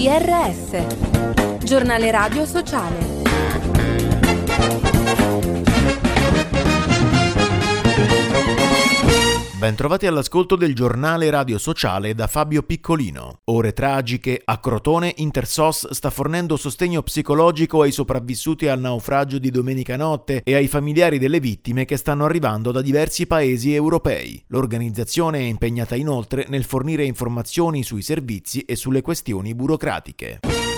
GRS, Giornale Radio Sociale. Bentrovati all'ascolto del Giornale Radio Sociale da Fabio Piccolino. Ore tragiche, a Crotone Intersos sta fornendo sostegno psicologico ai sopravvissuti al naufragio di domenica notte e ai familiari delle vittime che stanno arrivando da diversi paesi europei. L'organizzazione è impegnata inoltre nel fornire informazioni sui servizi e sulle questioni burocratiche.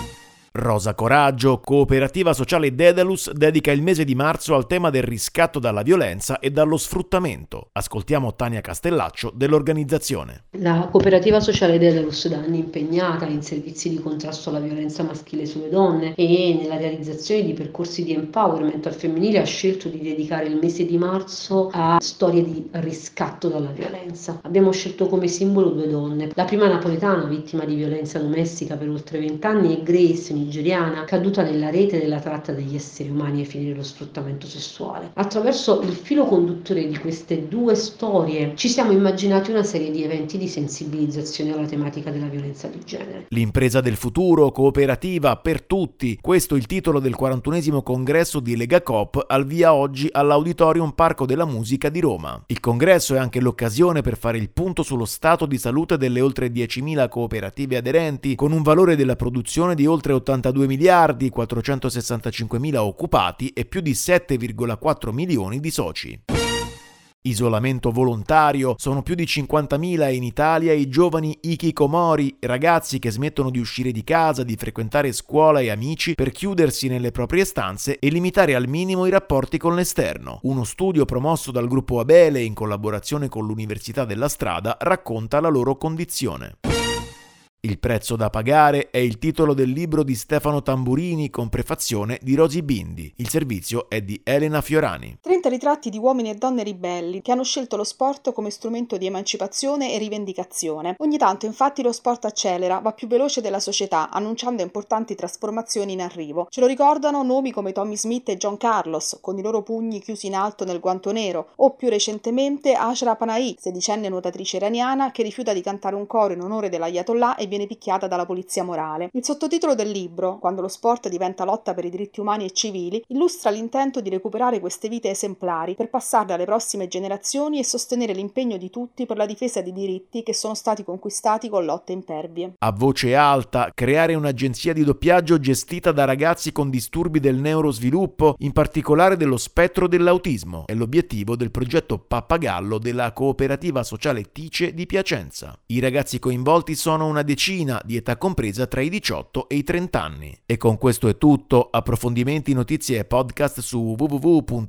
Rosa Coraggio, cooperativa sociale Dedalus, dedica il mese di marzo al tema del riscatto dalla violenza e dallo sfruttamento. Ascoltiamo Tania Castellaccio dell'organizzazione. La cooperativa sociale Dedalus, da anni impegnata in servizi di contrasto alla violenza maschile sulle donne e nella realizzazione di percorsi di empowerment al femminile, ha scelto di dedicare il mese di marzo a storie di riscatto dalla violenza. Abbiamo scelto come simbolo due donne. La prima napoletana, vittima di violenza domestica per oltre 20 anni, è Grace, nigeriana, caduta nella rete della tratta degli esseri umani ai fini dello sfruttamento sessuale. Attraverso il filo conduttore di queste due storie ci siamo immaginati una serie di eventi di sensibilizzazione alla tematica della violenza di genere. L'impresa del futuro, cooperativa per tutti. Questo è il titolo del 41esimo congresso di Lega Coop, al via oggi all'Auditorium Parco della Musica di Roma. Il congresso è anche l'occasione per fare il punto sullo stato di salute delle oltre 10.000 cooperative aderenti, con un valore della produzione di oltre 82 miliardi, 465.000 occupati e più di 7,4 milioni di soci. Isolamento volontario, sono più di 50.000 in Italia i giovani hikikomori, ragazzi che smettono di uscire di casa, di frequentare scuola e amici per chiudersi nelle proprie stanze e limitare al minimo i rapporti con l'esterno. Uno studio promosso dal gruppo Abele in collaborazione con l'Università della Strada racconta la loro condizione. Il prezzo da pagare è il titolo del libro di Stefano Tamburini con prefazione di Rosy Bindi. Il servizio è di Elena Fiorani. 30 ritratti di uomini e donne ribelli che hanno scelto lo sport come strumento di emancipazione e rivendicazione. Ogni tanto infatti lo sport accelera, va più veloce della società, annunciando importanti trasformazioni in arrivo. Ce lo ricordano nomi come Tommy Smith e John Carlos, con i loro pugni chiusi in alto nel guanto nero, o più recentemente Ashra Panahi, sedicenne nuotatrice iraniana che rifiuta di cantare un coro in onore dell'Ayatollah e viene picchiata dalla polizia morale. Il sottotitolo del libro, Quando lo sport diventa lotta per i diritti umani e civili, illustra l'intento di recuperare queste vite esemplari per passarle alle prossime generazioni e sostenere l'impegno di tutti per la difesa di diritti che sono stati conquistati con lotte impervie. A voce alta, creare un'agenzia di doppiaggio gestita da ragazzi con disturbi del neurosviluppo, in particolare dello spettro dell'autismo, è l'obiettivo del progetto Pappagallo della cooperativa sociale Tice di Piacenza. I ragazzi coinvolti sono una decina, di età compresa tra i 18 e i 30 anni. E con questo è tutto. Approfondimenti, notizie e podcast su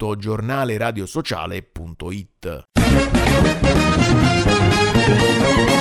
www.giornaleradiosociale.it.